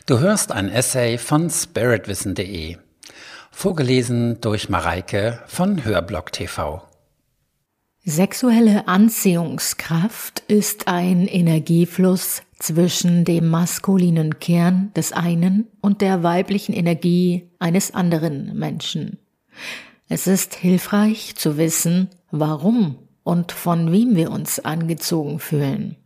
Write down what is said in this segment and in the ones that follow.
Du hörst ein Essay von spiritwissen.de, vorgelesen durch Mareike von Hörblock TV. Sexuelle Anziehungskraft ist ein Energiefluss zwischen dem maskulinen Kern des einen und der weiblichen Energie eines anderen Menschen. Es ist hilfreich zu wissen, warum und von wem wir uns angezogen fühlen.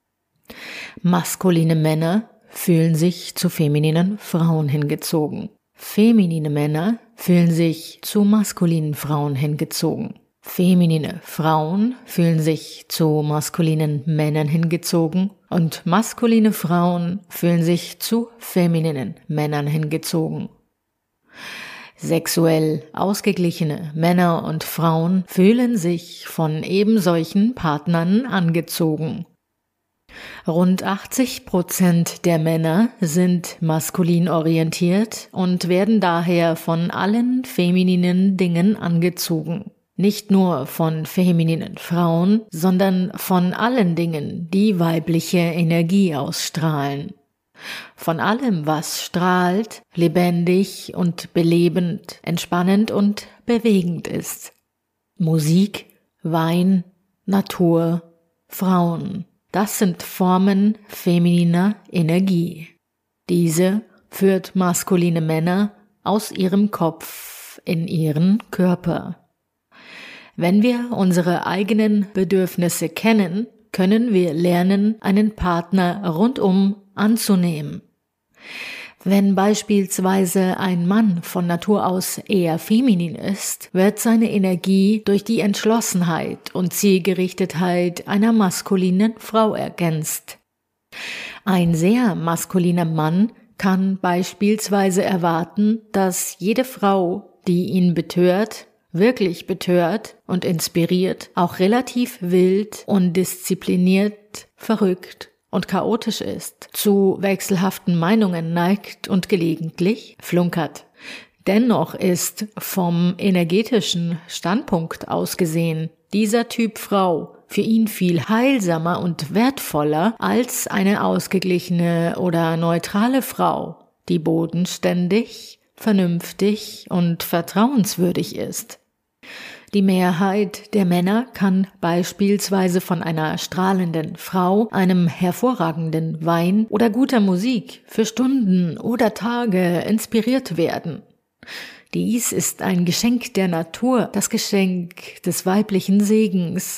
Maskuline Männer fühlen sich zu femininen Frauen hingezogen. Feminine Männer fühlen sich zu maskulinen Frauen hingezogen. Feminine Frauen fühlen sich zu maskulinen Männern hingezogen und maskuline Frauen fühlen sich zu femininen Männern hingezogen. Sexuell ausgeglichene Männer und Frauen fühlen sich von ebensolchen Partnern angezogen. Rund 80% der Männer sind maskulin orientiert und werden daher von allen femininen Dingen angezogen. Nicht nur von femininen Frauen, sondern von allen Dingen, die weibliche Energie ausstrahlen. Von allem, was strahlt, lebendig und belebend, entspannend und bewegend ist. Musik, Wein, Natur, Frauen. Das sind Formen femininer Energie. Diese führt maskuline Männer aus ihrem Kopf in ihren Körper. Wenn wir unsere eigenen Bedürfnisse kennen, können wir lernen, einen Partner rundum anzunehmen. Wenn beispielsweise ein Mann von Natur aus eher feminin ist, wird seine Energie durch die Entschlossenheit und Zielgerichtetheit einer maskulinen Frau ergänzt. Ein sehr maskuliner Mann kann beispielsweise erwarten, dass jede Frau, die ihn betört, wirklich betört und inspiriert, auch relativ wild und diszipliniert, verrückt und chaotisch ist, zu wechselhaften Meinungen neigt und gelegentlich flunkert. Dennoch ist vom energetischen Standpunkt aus gesehen dieser Typ Frau für ihn viel heilsamer und wertvoller als eine ausgeglichene oder neutrale Frau, die bodenständig, vernünftig und vertrauenswürdig ist. Die Mehrheit der Männer kann beispielsweise von einer strahlenden Frau, einem hervorragenden Wein oder guter Musik für Stunden oder Tage inspiriert werden. Dies ist ein Geschenk der Natur, das Geschenk des weiblichen Segens.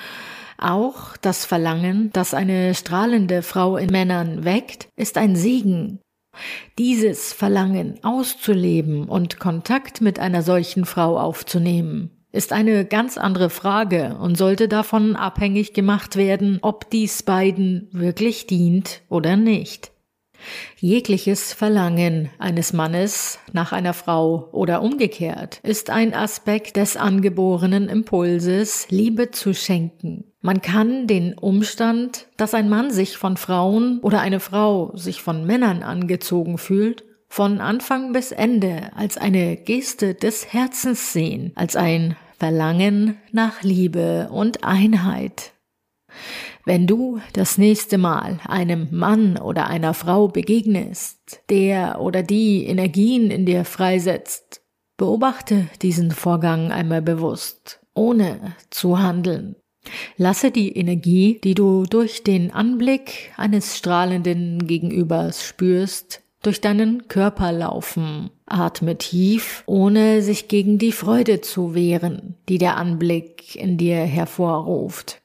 Auch das Verlangen, das eine strahlende Frau in Männern weckt, ist ein Segen. Dieses Verlangen auszuleben und Kontakt mit einer solchen Frau aufzunehmen, ist eine ganz andere Frage und sollte davon abhängig gemacht werden, ob dies beiden wirklich dient oder nicht. Jegliches Verlangen eines Mannes nach einer Frau oder umgekehrt ist ein Aspekt des angeborenen Impulses, Liebe zu schenken. Man kann den Umstand, dass ein Mann sich von Frauen oder eine Frau sich von Männern angezogen fühlt, von Anfang bis Ende als eine Geste des Herzens sehen, als ein Verlangen nach Liebe und Einheit. Wenn du das nächste Mal einem Mann oder einer Frau begegnest, der oder die Energien in dir freisetzt, beobachte diesen Vorgang einmal bewusst, ohne zu handeln. Lasse die Energie, die du durch den Anblick eines strahlenden Gegenübers spürst, durch deinen Körper laufen. Atme tief, ohne sich gegen die Freude zu wehren, die der Anblick in dir hervorruft.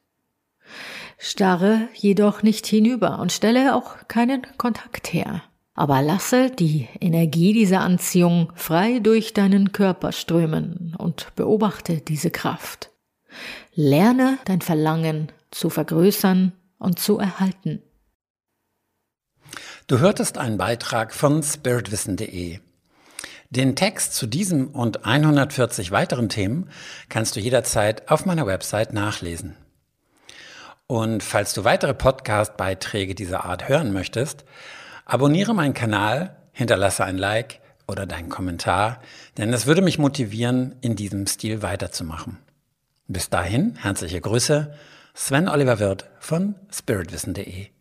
Starre jedoch nicht hinüber und stelle auch keinen Kontakt her. Aber lasse die Energie dieser Anziehung frei durch deinen Körper strömen und beobachte diese Kraft. Lerne dein Verlangen zu vergrößern und zu erhalten. Du hörtest einen Beitrag von spiritwissen.de. Den Text zu diesem und 140 weiteren Themen kannst du jederzeit auf meiner Website nachlesen. Und falls du weitere Podcast-Beiträge dieser Art hören möchtest, abonniere meinen Kanal, hinterlasse ein Like oder deinen Kommentar, denn es würde mich motivieren, in diesem Stil weiterzumachen. Bis dahin, herzliche Grüße, Sven Oliver Wirth von spiritwissen.de.